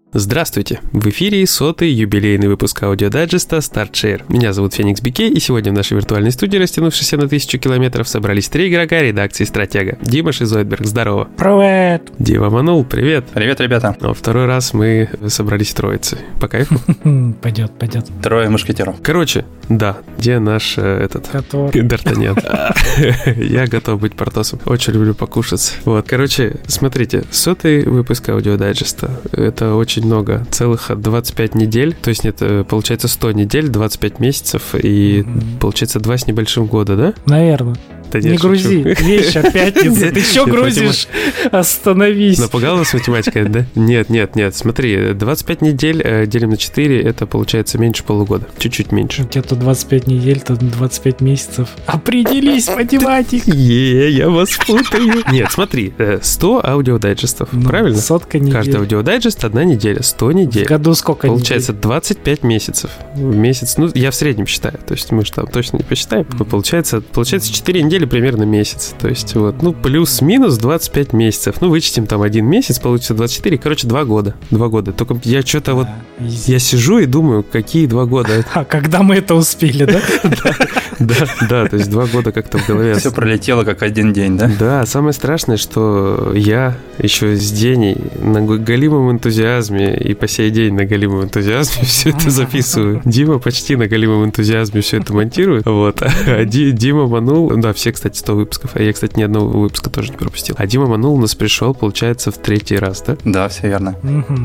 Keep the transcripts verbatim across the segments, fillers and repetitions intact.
Здравствуйте! В эфире сотый юбилейный выпуск аудиодайджеста StartShare. Меня зовут Феникс Бикей, и сегодня в нашей виртуальной студии, растянувшейся на тысячу километров, собрались три игрока редакции Стратега. Дима Шизойдберг, здорово! Привет! Дима Манул, привет! Привет, ребята! А второй раз мы собрались троицей. По кайфу? Пойдет, пойдет. Трое мушкетеров. Короче, да, где наш этот... Который... Д'Артаньян. Я готов быть Портосом. Очень люблю покушать. Вот, короче, смотрите, сотый выпуск аудиодайджеста. Это очень много, целых двадцать пять недель, то есть нет, получается сто недель, двадцать пять месяцев и mm-hmm. получается два с небольшим года, да? Наверное. Да не грузи, вечер, пятница, ты что грузишь? Остановись. Напугал вас математика, да? Нет, нет, нет, смотри, двадцать пять недель делим на четыре, это получается меньше полугода, чуть-чуть меньше. У тебя тут двадцать пять недель, тут двадцать пять месяцев. Определись, математик. Е, я вас путаю. Нет, смотри, сто аудиодайджестов, правильно? Сотка недель. Каждый аудиодайджест одна неделя, сто недель. В году сколько недель? Получается двадцать пять месяцев. В месяц, ну, я в среднем считаю, то есть мы же там точно не посчитаем. Получается, получается четыре недели примерно месяц. То есть вот, ну, плюс-минус двадцать пять месяцев. Ну, вычтем там один месяц, получится двадцать четыре. Короче, два года. Два года. Только я что-то вот... Я сижу и думаю, какие два года. А когда мы это успели, да? Да, да, то есть два года как-то в голове. Все пролетело как один день, да? Да, самое страшное, что я еще с Деней на голимом энтузиазме и по сей день на голимом энтузиазме все это записываю. Дима почти на голимом энтузиазме все это монтирует. Вот. А Дима Манул... Да, все, кстати, сто выпусков. А я, кстати, ни одного выпуска тоже не пропустил. А Дима Манул у нас пришел, получается, в третий раз, да? Да, все верно.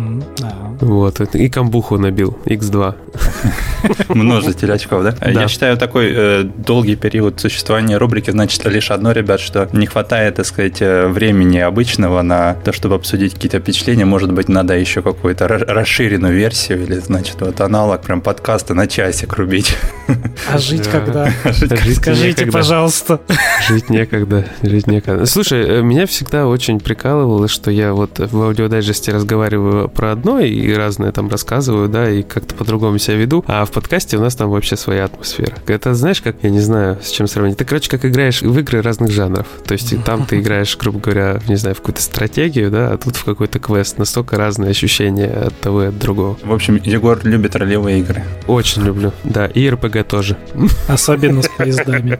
Вот. И камбуху набил. икс два. Множитель очков, да? Я считаю, такой долгий период существования рубрики значит лишь одно, ребят, что не хватает, так сказать, времени обычного на то, чтобы обсудить какие-то впечатления. Может быть, надо еще какую-то расширенную версию или, значит, вот аналог прям подкаста на часик рубить. А жить когда? Скажите, пожалуйста. Жить некогда, жить некогда. Слушай, меня всегда очень прикалывало, что я вот в аудиодайджесте разговариваю про одно и разное там рассказываю, да, и как-то по-другому себя веду, а в подкасте у нас там вообще своя атмосфера. Это, знаешь, как, я не знаю, с чем сравнить. Ты, короче, как играешь в игры разных жанров. То есть там ты играешь, грубо говоря, не знаю, в какую-то стратегию, да, а тут в какой-то квест. Настолько разные ощущения от того и от другого. В общем, Егор любит ролевые игры. Очень люблю, да, и эр пи джи тоже. Особенно с поездами.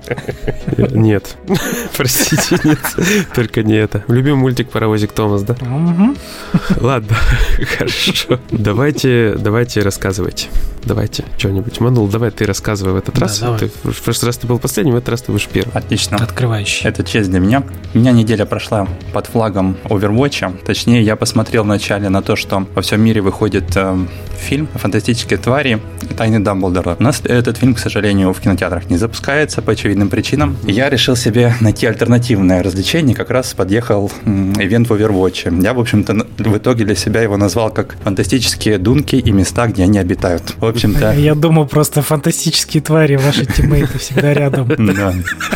Нет, простите, нет, только не это. Любимый мультик «Паровозик Томас», да? Ладно, хорошо. Давайте, давайте рассказывайте. Давайте что-нибудь. Манул, давай ты рассказывай в этот да, раз. Ты, в прошлый раз ты был последним, в этот раз ты будешь первым. Отлично. Открывающий. Это честь для меня. У меня неделя прошла под флагом Overwatch. Точнее, я посмотрел вначале на то, что во всем мире выходит э, фильм «Фантастические твари. Тайны Дамблдора». У нас этот фильм, к сожалению, в кинотеатрах не запускается по очевидным причинам. И я решил себе найти альтернативное развлечение. Как раз подъехал м, ивент в Overwatch. Я, в общем-то, в итоге для себя его назвал как «Фантастические дунки и места, где они обитают». В общем-то... Я думал, просто фантастические твари, ваши тиммейты всегда рядом. Да.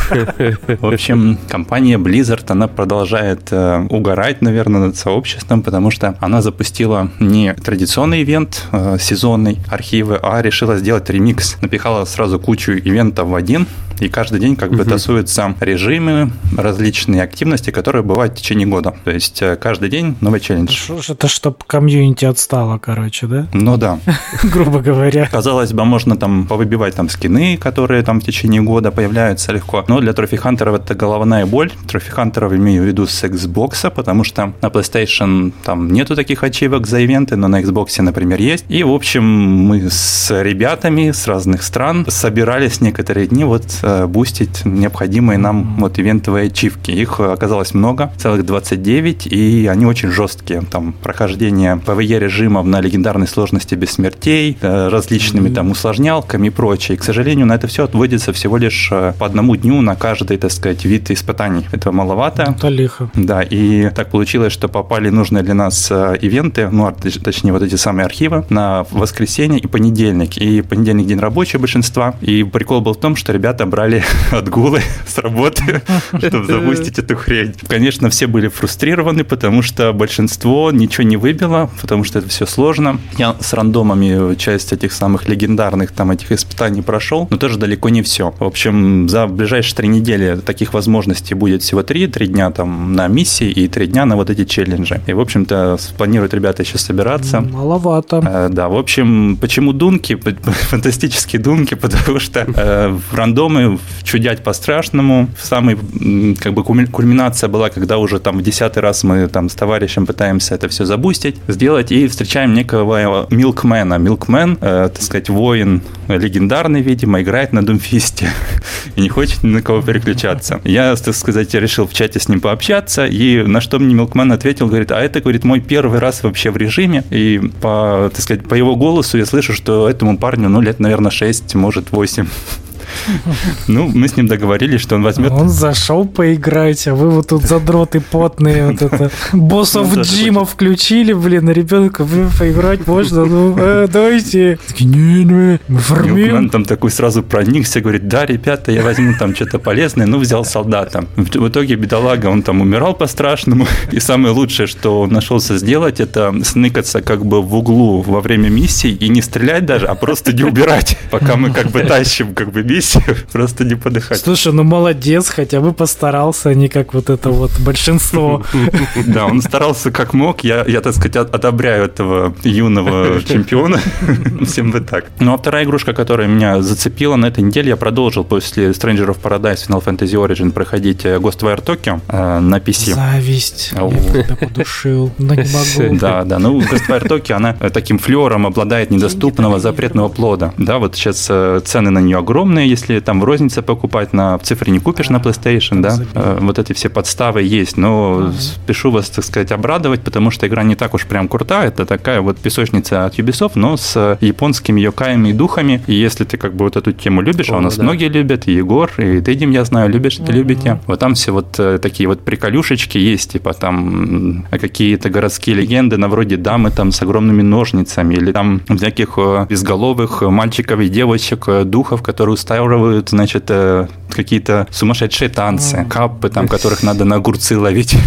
В общем, компания Blizzard, она продолжает э, угорать, наверное, над сообществом, потому что она запустила не традиционный ивент, э, сезонный, архивы, а решила сделать ремикс. Напихала сразу кучу ивентов в один, и каждый день как бы uh-huh. тасуются режимы, различные активности, которые бывают в течение года. То есть э, каждый день новый челлендж. Это чтобы комьюнити отстало, короче, да? Ну да. Грубо говоря. Казалось бы, можно там повыбивать там скины, которые там в течение года появляются легко. Но для трофи-хантеров это головная боль. Трофи-хантеров имею в виду с Xbox, потому что на PlayStation там нету таких ачивок за ивенты, но на Xbox, например, есть. И, в общем, мы с ребятами с разных стран собирались некоторые дни вот бустить необходимые нам вот ивентовые ачивки. Их оказалось много, целых двадцать девять, и они очень жесткие. Там прохождение пи ви и-режимов на легендарной сложности без смертей, различными там усложнялками и прочее. И, к сожалению, на это все отводится всего лишь по одному дню на каждый, так сказать, вид испытаний. Этого маловато. Это лихо. Да, и так получилось, что попали нужные для нас ивенты, ну, точнее, вот эти самые архивы, на воскресенье и понедельник. И понедельник день рабочий большинства. И прикол был в том, что ребята брали отгулы с работы, чтобы запустить эту хрень. Конечно, все были фрустрированы, потому что большинство ничего не выбило, потому что это все сложно. Я с рандомами часть этих самых легендарных там этих испытаний прошел, но тоже далеко не все. В общем, за ближайшие три недели таких возможностей будет всего три. Три дня там на миссии и три дня на вот эти челленджи. И, в общем-то, планируют ребята еще собираться. Маловато. Э, да, в общем, почему дунки? Фантастические дунки, потому что э, рандомы чудять по-страшному. Самый, как бы, кульминация была, когда уже там в десятый раз мы там с товарищем пытаемся это все забустить, сделать, и встречаем некого Милкмена. Милкмен, э, так сказать, воин легендарный, видимо, играет на Думфисте и не хочет ни на кого переключаться. Я, так сказать, решил в чате с ним пообщаться, и на что мне Милкмен ответил, говорит, а это, говорит, мой первый раз вообще в режиме, и по, так сказать, по его голосу я слышу, что этому парню, ну, лет, наверное, шесть, может, восемь. Ну, мы с ним договорились, что он возьмет... Он зашел поиграть, а вы вот тут задроты потные, вот это... Боссов Джима включили, блин, ребенка, блин, поиграть можно, ну, э, давайте. Такие, не-не, мы фармим. Он там такой сразу проникся, говорит, да, ребята, я возьму там что-то полезное, ну, взял солдата. В итоге, бедолага, он там умирал по-страшному, и самое лучшее, что он нашелся сделать, это сныкаться как бы в углу во время миссии и не стрелять даже, а просто не убирать, пока мы как бы тащим как бы миссию. Просто не подыхать. Слушай, ну молодец, хотя бы постарался, а не как вот это вот большинство. Да, он старался как мог. Я, я так сказать, одобряю этого юного чемпиона. Всем бы так. Ну, а вторая игрушка, которая меня зацепила на этой неделе, я продолжил после Stranger of Paradise Final Fantasy Origin проходить Ghostwire Tokyo э, на пи си. Зависть. Я тебя подушил, но не могу. Да, да. Ну, Ghostwire Tokyo, она таким флером обладает недоступного запретного плода. Да, вот сейчас цены на нее огромные, если там в рознице покупать, на в цифре не купишь на PlayStation, да, э, вот эти все подставы есть, но спешу вас, так сказать, обрадовать, потому что игра не так уж прям крутая, это такая вот песочница от Ubisoft, но с японскими йокаями и духами, и если ты как бы вот эту тему любишь, О, а у нас да. многие любят, и Егор, и ты, Дим, я знаю, любишь, это любите, вот там все вот такие вот приколюшечки есть, типа там какие-то городские легенды, на вроде дамы там с огромными ножницами, или там всяких безголовых мальчиков и девочек, духов, которые устраивают, значит, какие-то сумасшедшие танцы, каппы, там, которых надо на огурцы ловить.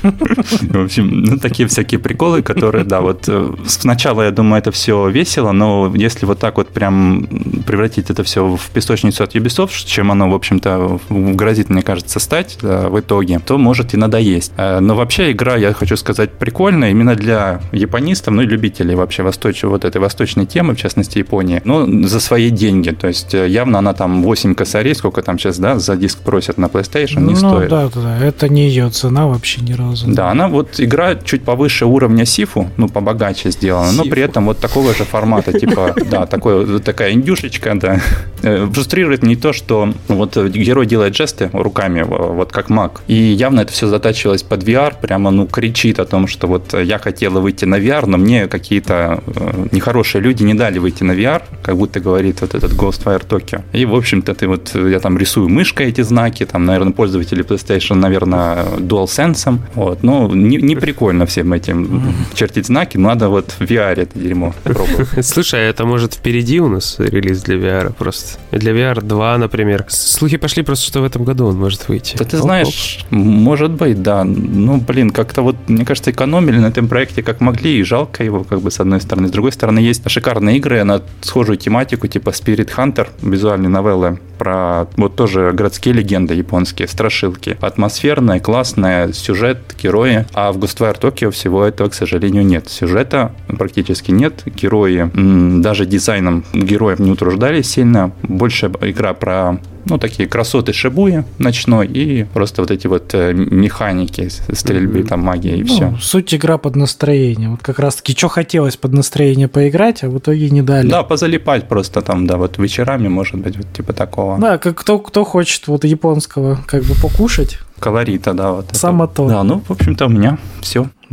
В общем, ну, такие всякие приколы, которые, да, вот сначала, я думаю, это все весело, но если вот так вот прям превратить это все в песочницу от Ubisoft, чем оно, в общем-то, грозит, мне кажется, стать да, в итоге, то может и надоесть. Но вообще игра, я хочу сказать, прикольная именно для японистов, ну и любителей вообще восточной, вот этой восточной темы, в частности, Японии, но за свои деньги. То есть явно она там восемь косарей, сколько там сейчас, да, за диск просят на PlayStation, не ну, стоит. Да, да, это не ее цена вообще ни разу. Да, она вот игра чуть повыше уровня Сифу, ну, побогаче сделана, Сифу. Но при этом вот такого же формата, типа, да, такой, такая индюшечка, да. Фрустрирует не то, что вот герой делает жесты руками, вот как маг, и явно это все затачивалось под ви ар, прямо, ну, кричит о том, что вот я хотела выйти на ви ар, но мне какие-то нехорошие люди не дали выйти на ви ар, как будто говорит вот этот Ghostwire Tokyo. И, в общем-то, ты вот, я там рисую мышкой эти знаки, там, наверное, пользователи PlayStation, наверное, DualSense, вот, ну, не, не прикольно всем этим чертить знаки, надо вот в ви ар это дерьмо пробовать. Слушай, а это может впереди у нас релиз для ви ар просто? Для ви ар два, например. Слухи пошли просто, что в этом году он может выйти. Да ты знаешь, может быть, да, ну, блин, как-то вот, мне кажется, экономили на этом проекте как могли, и жалко его, как бы, с одной стороны. С другой стороны, есть шикарные игры на схожую тематику, типа Spirit Hunter, визуальные новеллы, про вот тоже городские легенды японские, страшилки. Атмосферная, классная, сюжет, герои. А в Ghostwire Tokyo всего этого, к сожалению, нет. Сюжета практически нет. Герои, даже дизайном героев не утруждались сильно. Больше игра про, ну, такие красоты Шибуя ночной и просто вот эти вот механики стрельбы, mm-hmm. там магия и ну, все. Суть игра под настроение. Вот как раз-таки, что хотелось под настроение поиграть, а в итоге не дали. Да, позалипать просто там, да, вот вечерами, может быть, вот типа такого. Да, как кто, кто хочет вот японского как бы покушать. Колорита, да. Вот Само это. то. Да, ну, в общем-то, у меня все.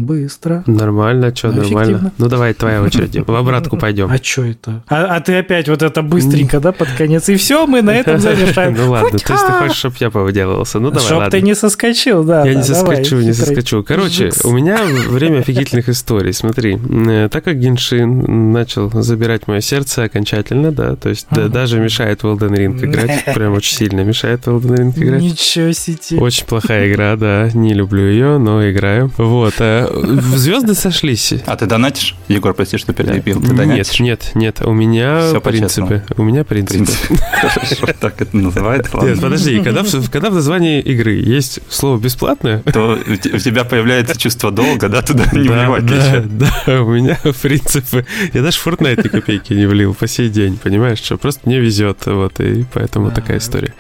Быстро. Нормально, что, Ну, нормально. эффективно. Ну, давай, твоя очередь. В обратку пойдем. А что это? А, а ты опять вот это быстренько, да, под конец. И все, мы на этом завершаем. Ну ладно, то есть ты хочешь, чтобы я повыделывался. Ну давай, Чтоб ладно. ты не соскочил, да. Я да, не давай, соскочу, не хитрый соскочу. Короче, жукс. у меня время офигительных историй. Смотри, э, так как Геншин начал забирать мое сердце окончательно, да, то есть да, даже мешает в Elden Ring играть, прям очень сильно мешает в Elden Ring играть. Ничего себе. Очень плохая игра, да, не люблю ее, но играю. Вот, а звезды сошлись. А ты донатишь? Егор, прости, что перебил. Ты Нет, донатишь? нет, нет, у меня Всё принципы. У меня принципы. Хорошо, так это называется. Нет, подожди, когда в, когда в названии игры есть слово «бесплатное», То у те- у тебя появляется чувство долга, да, туда не да, вливать да, ничего. да, у меня принципы. Я даже в Fortnite ни копейки не влил по сей день, понимаешь, что просто мне везет, вот, и поэтому такая история.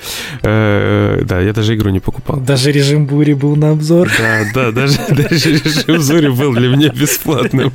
Э, Да, я даже игру не покупал. Даже режим бури был на обзор. Да, да, даже, даже режим Зори был для меня бесплатным.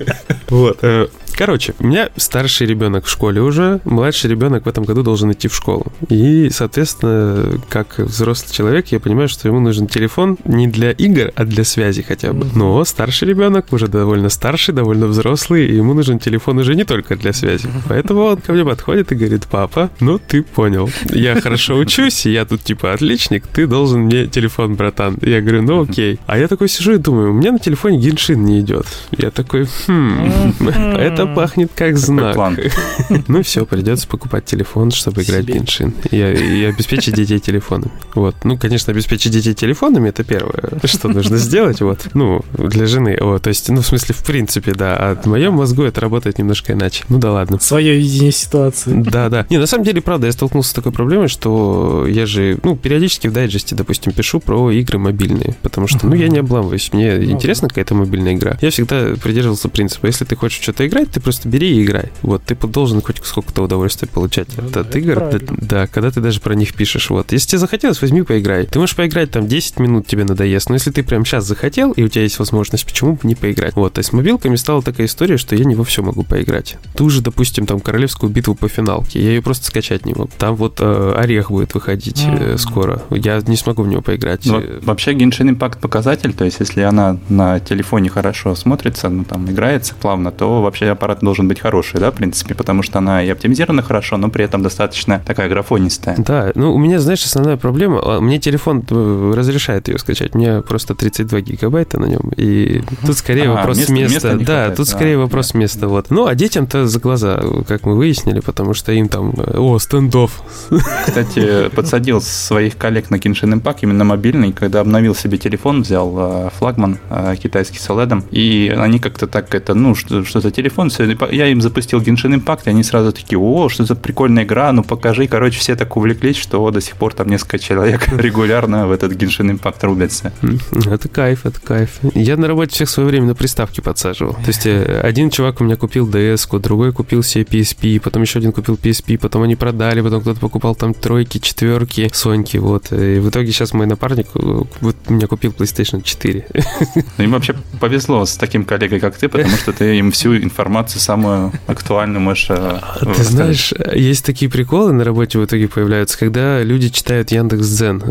Вот. э, Короче, у меня старший ребенок в школе уже, младший ребенок в этом году должен идти в школу. И, соответственно, как взрослый человек, я понимаю, что ему нужен телефон не для игр, а для связи хотя бы. Но старший ребенок уже довольно старший, довольно взрослый, и ему нужен телефон уже не только для связи. Поэтому он ко мне подходит и говорит: папа, ну ты понял, я хорошо учусь, и я тут типа отличник, ты должен мне телефон, братан. Я говорю: ну окей. А я такой сижу и думаю, у меня на телефоне Геншин не идет. Я такой: хм, это пахнет как знак. план. Ну все, придется покупать телефон, чтобы играть в Себе. Геншин. И, и обеспечить детей телефонами. Вот. Ну, конечно, обеспечить детей телефонами — это первое, что нужно сделать. Вот. Ну, для жены. Вот. То есть, ну, в смысле, в принципе, да. А в моем мозгу это работает немножко иначе. Ну да ладно. Свое видение ситуации. Да, да. Не, на самом деле, правда, я столкнулся с такой проблемой, что я же, ну, периодически в дайджесте, допустим, пишу про игры мобильные, потому что, ну, я не обламываюсь. Мне Ну, интересна какая-то мобильная игра. Я всегда придерживался принципа: если ты хочешь что-то играть, ты просто бери и играй. Вот, ты должен хоть сколько-то удовольствия получать Ну от, да, от это игр. Да, правильно. да, когда ты даже про них пишешь. Вот. Если тебе захотелось, возьми, поиграй. Ты можешь поиграть там десять минут, тебе надоест. Но если ты прям сейчас захотел, и у тебя есть возможность, почему бы не поиграть? Вот, то есть с мобилками стала такая история, что я не во все могу поиграть. Ту же, допустим, там королевскую битву по финалке. Я ее просто скачать не могу. Там вот э, Орех будет выходить э, скоро. Я не смогу в него поиграть. Ну, вообще Genshin Impact показатель, то есть если она на телефоне хорошо смотрится, ну там играется плавно, то вообще аппарат должен быть хороший, да, в принципе, потому что она и оптимизирована хорошо, но при этом достаточно такая графонистая. Да, ну у меня, знаешь, основная проблема, а, мне телефон э, разрешает ее скачать, у меня просто тридцать два гигабайта на нем, и тут скорее А, вопрос места- места, места не да, хватает, тут да, скорее вопрос да. места, вот. Ну, а детям-то за глаза, как мы выяснили, потому что им там, э, о, стендов. Кстати, подсадил своих коллег на Genshin Impact именно мобильный, когда обновил себе телефон, взял э, флагман э, китайский с оледом, и они как-то так это, ну, что, что за телефон, всё, я им запустил Genshin Impact, и они сразу такие: о, что за прикольная игра, ну покажи. Короче, все так увлеклись, что до сих пор там несколько человек регулярно в этот Genshin Impact рубятся. Это кайф, это кайф. Я на работе всех в свое время на приставки подсаживал. То есть э, один чувак у меня купил ди эс-ку, другой купил себе пи эс пи, потом еще один купил пи эс пи, потом они продали, потом кто-то покупал там тройки, четверки, соньки, вот. И в итоге сейчас мой напарник э, вот у меня купил PlayStation четыре. Ну, им вообще повезло с таким коллегой, как ты, потому что ты им всю информацию самую актуальную можешь э, Ты рассказать. знаешь, есть такие приколы на работе в итоге появляются, когда люди читают Яндекс.Дзен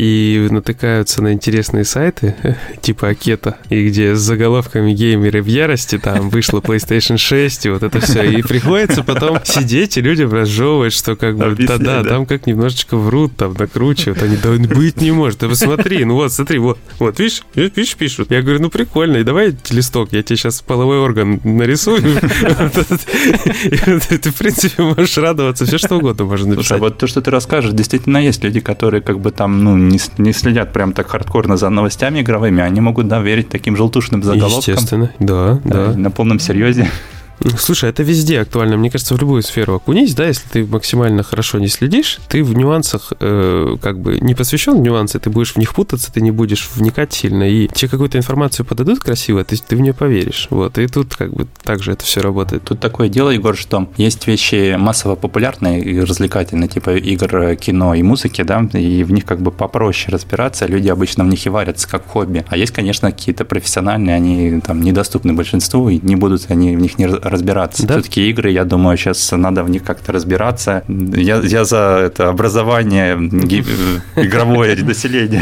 и натыкаются на интересные сайты, типа Акета, и где с заголовками «Геймеры в ярости», там вышло PlayStation шесть, и вот это все. И приходится потом сидеть и людям разжевывать, что как бы, Объяснять, да, да. там как немножечко врут, там накручивают. Они: да быть не может. Да посмотри, ну вот, смотри, вот, вот, видишь, видишь, пишут. Я говорю: ну прикольно, и давай листок, я тебе сейчас половой орган нарисую. Ты, в принципе, можешь радоваться, все что угодно можно Слушай, написать. вот то, что ты расскажешь, действительно есть люди, которые как бы там, ну, не, с- не следят прям так хардкорно за новостями игровыми, они могут, да, верить таким желтушным заголовкам. Естественно, да, Да, да. на полном серьезе. Слушай, это везде актуально. Мне кажется, в любую сферу окунись, да, если ты максимально хорошо не следишь, ты в нюансах э, как бы не посвящен в нюансы, ты будешь в них путаться, ты не будешь вникать сильно, и тебе какую-то информацию подадут красиво, ты, ты в нее поверишь. Вот, и тут как бы так же это все работает. Тут такое дело, Егор, что есть вещи массово популярные и развлекательные, типа игр, кино и музыки, да, и в них как бы попроще разбираться, люди обычно в них и варятся как хобби. А есть, конечно, какие-то профессиональные, они там недоступны большинству, и не будут они в них не разбираться. Да? Все-таки игры, я думаю, сейчас надо в них как-то разбираться. Я, я за это образование игровое населения.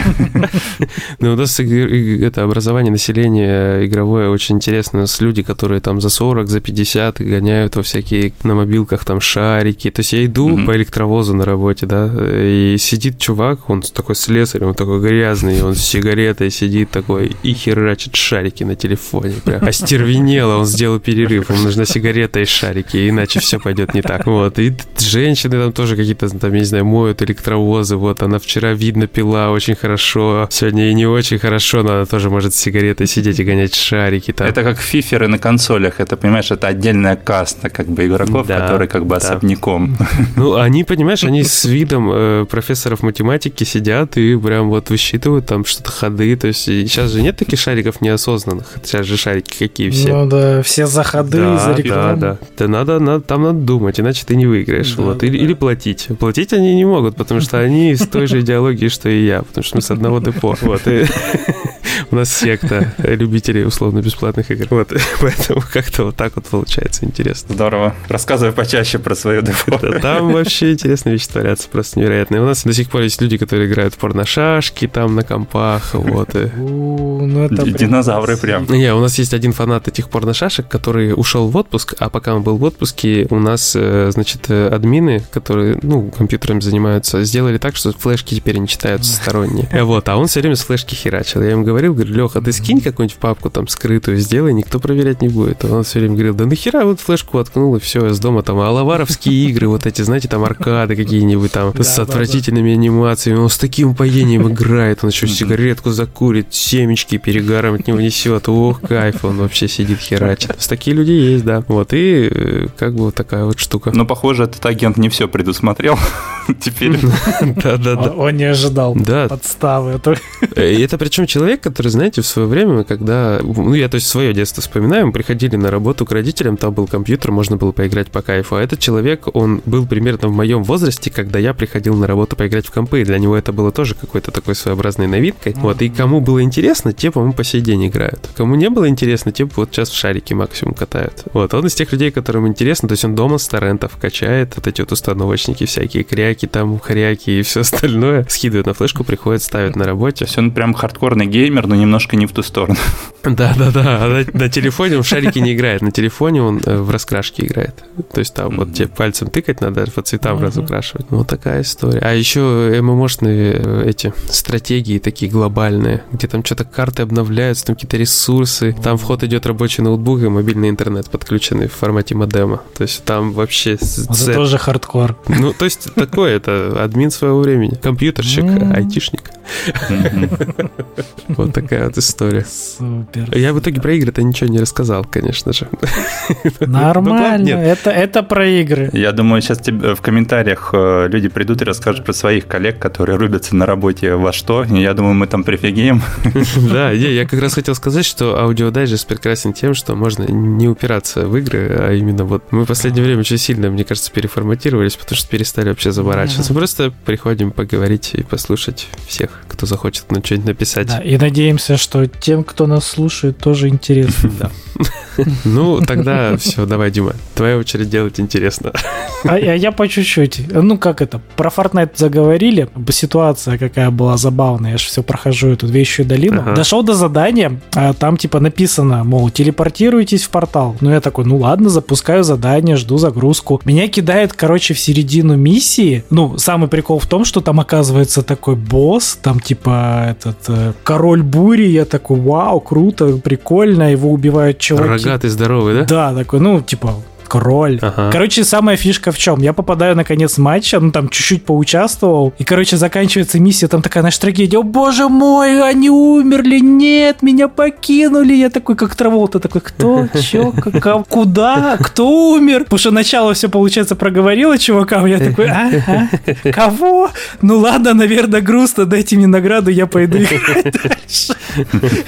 Ну, у нас это образование населения игровое очень интересно. У нас люди, которые там за сорок, за пятьдесят гоняют во всякие на мобилках там шарики. То есть я иду mm-hmm. по электровозу на работе, да, и сидит чувак, он такой слесарь, он такой грязный, он с сигаретой сидит такой и херачит шарики на телефоне. Прям остервенело, он сделал перерыв, ему нужна сигарета и шарики, иначе все пойдет не так. Вот, и женщины там тоже какие-то, там, я не знаю, моют электровозы, вот, она вчера, видно, пила очень хорошо, сегодня ей не очень хорошо, но она тоже может с сигаретой сидеть и гонять шарики. Там. Это как фиферы на консолях, это, понимаешь, это отдельная каста, как бы, игроков, да, которые как бы да. особняком. Ну, они, понимаешь, они с видом э, профессоров математики сидят и прям вот высчитывают там что-то ходы, то есть сейчас же нет таких шариков неосознанных, сейчас же шарики какие все. Ну да, все за ходы, да, за рекламу. Да, да, да, надо, надо, там надо думать, иначе ты не выиграешь, да, вот, да, или, да. или платить. Платить они не могут, потому что они из той же идеологии, что и я, потому что мы с одного депо, вот, и у нас секта любителей условно-бесплатных игр, вот, поэтому как-то вот так вот получается интересно. Здорово, рассказывай почаще про свое депо. Там вообще интересные вещи творятся, просто невероятные. У нас до сих пор есть люди, которые играют в порношашки там на компах, вот. Динозавры прям. Не, у нас есть один фанат этих порношашек, который ушел в отпуск, а пока он был в отпуске, у нас, значит, админы, которые, ну, компьютерами занимаются, сделали так, что флешки теперь не читаются сторонние. Вот, а он все время с флешки херачил. Я ему говорил, говорю, Леха, ты скинь какую-нибудь папку там скрытую, сделай, никто проверять не будет. А он все время говорил, да нахера вот флешку воткнул, и все, с дома там алаваровские игры, вот эти, знаете, там аркады какие-нибудь там, да, с отвратительными да, да. анимациями, он с таким упоением играет, он еще сигаретку закурит, семечки перегаром от него несет, ох, кайф, он вообще сидит херачит. Такие люди есть, да. Вот, и как бы вот такая вот штука. Но, похоже, этот агент не все предусмотрел теперь. Да-да-да. Он не ожидал подставы. И это причем человек, который, знаете, в свое время, когда, ну, я, то есть, свое детство вспоминаю, мы приходили на работу к родителям, там был компьютер, можно было поиграть по кайфу, а этот человек, он был примерно в моем возрасте, когда я приходил на работу поиграть в компы, и для него это было тоже какой-то такой своеобразной новинкой. Mm-hmm. Вот, и кому было интересно, те, по-моему, по сей день играют. Кому не было интересно, те вот сейчас в шарики максимум катают. Вот, он из тех людей, которым интересно, то есть он дома с торрентов качает вот эти вот установочники всякие, кряки там, хряки и все остальное, скидывает на флешку, приходит, ставит на работе. То есть он прям хардкорный геймер, но немножко не в ту сторону. Да-да-да, а на, на телефоне он в шарики не играет, на телефоне он э, в раскрашки играет. То есть там mm-hmm. вот тебе пальцем тыкать надо, по цветам mm-hmm. разукрашивать. Вот такая история. А еще ММОшные эти стратегии такие глобальные, где там что-то карты обновляются, там какие-то ресурсы, там вход идет рабочий ноутбук и мобильный интернет, подключенный в формате модема. То есть там вообще... Это тоже хардкор. Ну, то есть такое, это админ своего времени, компьютерщик, mm-hmm. айтишник. Mm-hmm. Вот такая вот история. Супер. Я в итоге про игры-то ничего не рассказал, конечно же. Нормально, это, это про игры. Я думаю, сейчас тебе в комментариях люди придут и расскажут про своих коллег, которые рубятся на работе во что. Я думаю, мы там прифигеем. Да, я как раз хотел сказать, что аудиодайджест прекрасен тем, что можно не упираться в игры, а именно вот мы в последнее время очень сильно, мне кажется, переформатировались, потому что перестали вообще заморачиваться. Просто приходим поговорить и послушать всех, кто захочет ну, что-нибудь написать. Да, и надеемся, что тем, кто нас слушает, тоже интересно. Да. Ну, тогда все, давай, Дима, твоя очередь делать интересно. А, а я по чуть-чуть. Ну, как это, про Fortnite заговорили, ситуация какая была забавная, я же все прохожу эту вещую долину. Ага. Дошел до задания, а там типа написано, мол, телепортируйтесь в портал. Ну, я такой, ну ладно, запускаю задание, жду загрузку. Меня кидает, короче, в середину миссии. Ну, самый прикол в том, что там оказывается такой босс, там типа этот э, король бури, я такой, вау, круто, прикольно, его убивают чуваки. Рогатый, здоровый, да? Да, такой, ну, типа... Кроль. Ага. Короче, самая фишка в чем? Я попадаю на конец матча, ну там чуть-чуть поучаствовал, и, короче, заканчивается миссия, там такая наша трагедия. О, боже мой, они умерли, нет, меня покинули. Я такой, как Траволта, такой, кто, чё, как, куда, кто умер? Потому что начало все, получается, проговорило чувакам, я такой, ага, кого? Ну ладно, наверное, грустно, дайте мне награду, я пойду играть дальше.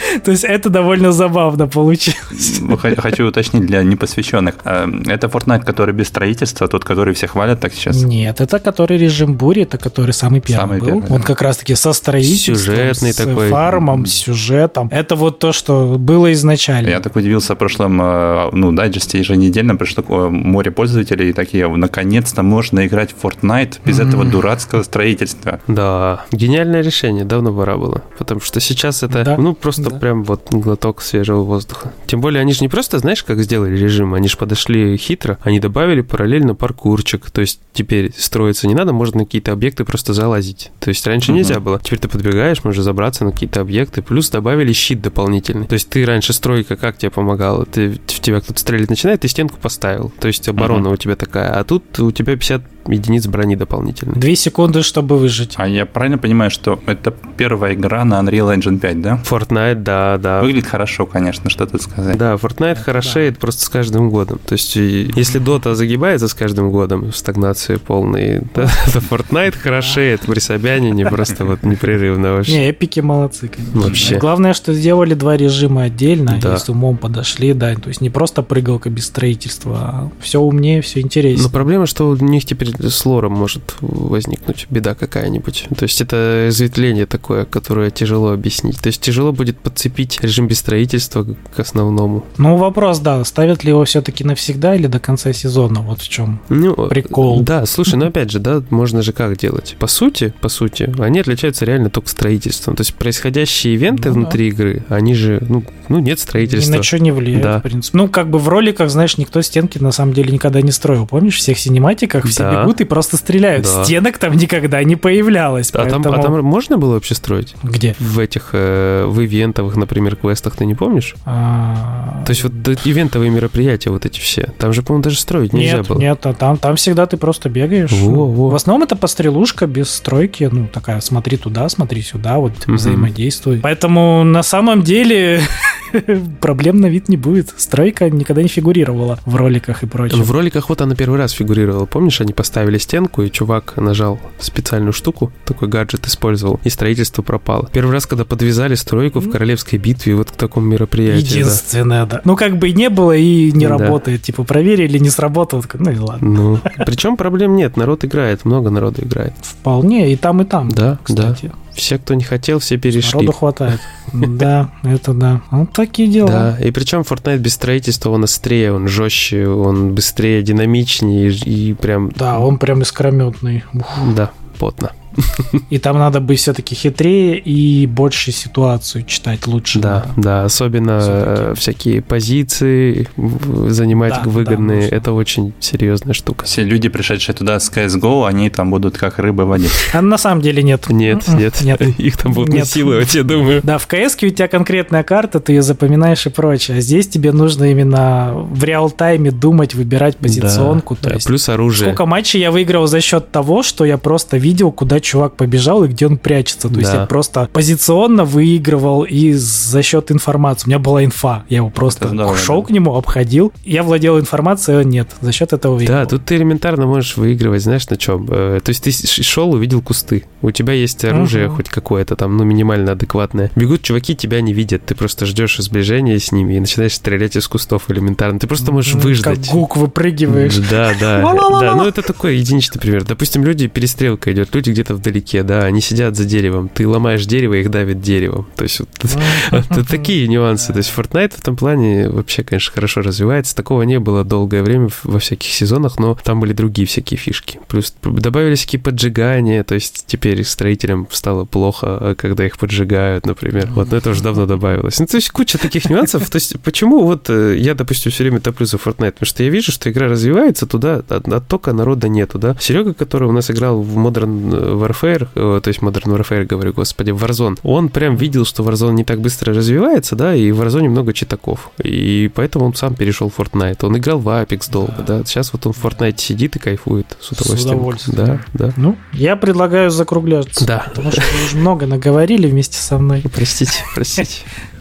То есть это довольно забавно получилось. Хочу уточнить для непосвященных. Это Fortnite, который без строительства, тот, который все хвалят так сейчас? Нет, это который режим бури, это который самый первый самый был. Первый, Он да. как раз-таки со строительством, сюжетный с такой. фармом, с сюжетом. Это вот то, что было изначально. Я так удивился в прошлом, ну, дайджесте еженедельно пришло море пользователей, и такие, наконец-то можно играть в Fortnite без mm-hmm. этого дурацкого строительства. Да, гениальное решение, давно пора было. Потому что сейчас это, да. ну, просто да. прям вот глоток свежего воздуха. Тем более, они же не просто, знаешь, как сделали режим, они же подошли хитро, они добавили параллельно паркурчик, то есть теперь строиться не надо, можно на какие-то объекты просто залазить. То есть раньше mm-hmm. нельзя было. Теперь ты подбегаешь, можешь забраться на какие-то объекты, плюс добавили щит дополнительный. То есть ты раньше стройка как тебе помогала? Ты, в тебя кто-то стрелять начинает, ты стенку поставил. То есть оборона mm-hmm. у тебя такая, а тут у тебя пятьдесят единиц брони дополнительной. Две секунды, чтобы выжить. А я правильно понимаю, что это первая игра на Unreal Engine пять, да? Fortnite, да, да. Выглядит хорошо, конечно, что тут сказать. Да, Fortnite это хорошеет да. просто с каждым годом. То есть, если Dota загибается с каждым годом в стагнации полной, да, то Fortnite хорошеет при Собянине просто вот непрерывно вообще. Не, эпики молодцы, конечно. Вообще. Главное, что сделали два режима отдельно, да. и с умом подошли, да, то есть не просто прыгалка без строительства, а все умнее, все интереснее. Но проблема, что у них теперь с лором может возникнуть беда какая-нибудь. То есть это разветвление такое, которое тяжело объяснить. То есть тяжело будет подцепить режим без строительства к основному. Ну, вопрос, да, ставят ли его все-таки навсегда или до конца сезона? Вот в чем ну, прикол. Да, слушай, ну опять же, да, можно же как делать? По сути, по сути, они отличаются реально только строительством. То есть происходящие ивенты ну, внутри да. игры, они же, ну, ну, нет строительства. Ни на что не влияет, да. в принципе. Ну, как бы в роликах, знаешь, никто стенки на самом деле никогда не строил. Помнишь, в всех синематиках все да. бегут и просто стреляют. Да. Стенок там никогда не появлялось. А, поэтому... там, а там можно было вообще строить? Где? В этих, э, в ивентовых, например, квестах, ты не помнишь? А... То есть вот ивентовые мероприятия вот эти все, там же, по-моему, даже строить нельзя нет, было. Нет, нет, там, там всегда ты просто бегаешь. Во, во. В основном это пострелушка без стройки, ну, такая, смотри туда, смотри сюда, вот угу. взаимодействуй. Поэтому на самом деле... проблем на вид не будет. Стройка никогда не фигурировала в роликах и прочем. В роликах вот она первый раз фигурировала. Помнишь, они поставили стенку, и чувак нажал специальную штуку, такой гаджет использовал, и строительство пропало. Первый раз, когда подвязали стройку в королевской битве, вот к такому мероприятию. Единственное, да. да. Ну, как бы и не было, и не да. работает. Типа, проверили, не сработало. Ну и ладно. Ну, причем проблем нет. Народ играет, много народу играет. Вполне, и там, и там. Да, кстати. Да. Все, кто не хотел, все перешли. Народу хватает. Да, это да. Вот такие дела. Да, и причем Fortnite без строительства, он острее, он жестче, он быстрее, динамичнее и прям... Да, он прям искрометный. Да, потно. И там надо быть все-таки хитрее и больше ситуацию читать лучше. Да, надо. Да, особенно все-таки. Всякие позиции занимать да, выгодные, да, это очень серьезная штука. Все люди, пришедшие туда с си эс го, они там будут как рыба в воде. А на самом деле нет. Нет, нет, нет. Их там будут нет. насиловать, я думаю. Да, в ка эс-ке у тебя конкретная карта, ты ее запоминаешь и прочее. А здесь тебе нужно именно в реал-тайме думать, выбирать позиционку. Да, то есть плюс оружие. Сколько матчей я выиграл за счет того, что я просто видел, куда чувак побежал и где он прячется. То да. есть я просто позиционно выигрывал и за счет информации. У меня была инфа. Я его просто здорово, шел да. к нему, обходил. Я владел информацией, а нет. За счет этого выигрывал. Да, тут ты элементарно можешь выигрывать, знаешь, на чем? То есть ты шел, увидел кусты. У тебя есть оружие угу. хоть какое-то там, ну, минимально адекватное. Бегут чуваки, тебя не видят. Ты просто ждешь сближения с ними и начинаешь стрелять из кустов элементарно. Ты просто можешь выждать. Как гук выпрыгиваешь. Да, да. Да, ну это такой единичный пример. Допустим, люди, перестрелка идет, люди где-то вдалеке, да, они сидят за деревом, ты ломаешь дерево, их давит деревом. То есть вот такие нюансы. То есть Fortnite в этом плане вообще, конечно, хорошо развивается. Такого не было долгое время во всяких сезонах, но там были другие всякие фишки. Плюс добавились всякие поджигания, то есть теперь строителям стало плохо, когда их поджигают, например. Вот, но это уже давно добавилось. Ну, то есть куча таких нюансов. То есть почему вот я, допустим, все время топлю за Fortnite? Потому что я вижу, что игра развивается, туда оттока народа нету, да. Серега, который у нас играл в Modern Warfare, то есть Modern Warfare, говорю, господи, Warzone, он прям видел, что Warzone не так быстро развивается, да, и в Warzone много читаков. И поэтому он сам перешел в Fortnite. Он играл в Apex долго, да. Сейчас вот он в Fortnite сидит и кайфует с удовольствием. С удовольствием. Да, да. Ну, я предлагаю закругляться. Да. Потому что вы уже много наговорили вместе со мной. Простите, простите.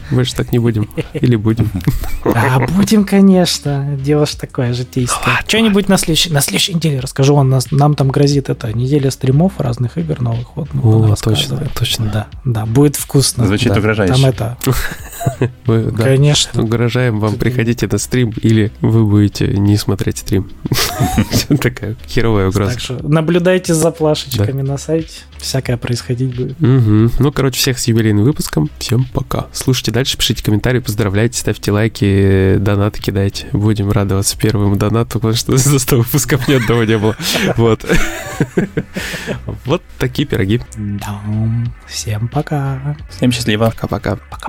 Больше так не будем. Или будем. А, будем, конечно. Дело ж такое житейское. Что-нибудь на следующей, на следующей неделе расскажу. Он нас, нам там грозит это неделя стримов разных игр новых. Вот, О, точно, точно. Да, да, будет вкусно. Звучит да. угрожающе. Там это... Мы, да, конечно. Угрожаем вам, приходите на стрим, или вы будете не смотреть стрим. Такая херовая угроза. Так что наблюдайте за плашечками на сайте. Всякое происходить будет. Угу. Ну, короче, всех с юбилейным выпуском. Всем пока. Слушайте дальше, пишите комментарии, поздравляйте, ставьте лайки, донаты кидайте. Будем радоваться первому донату, потому что за сто выпусков ни одного не было. Вот. Вот такие пироги. Да. Всем пока. Всем счастливо. Пока-пока. Пока.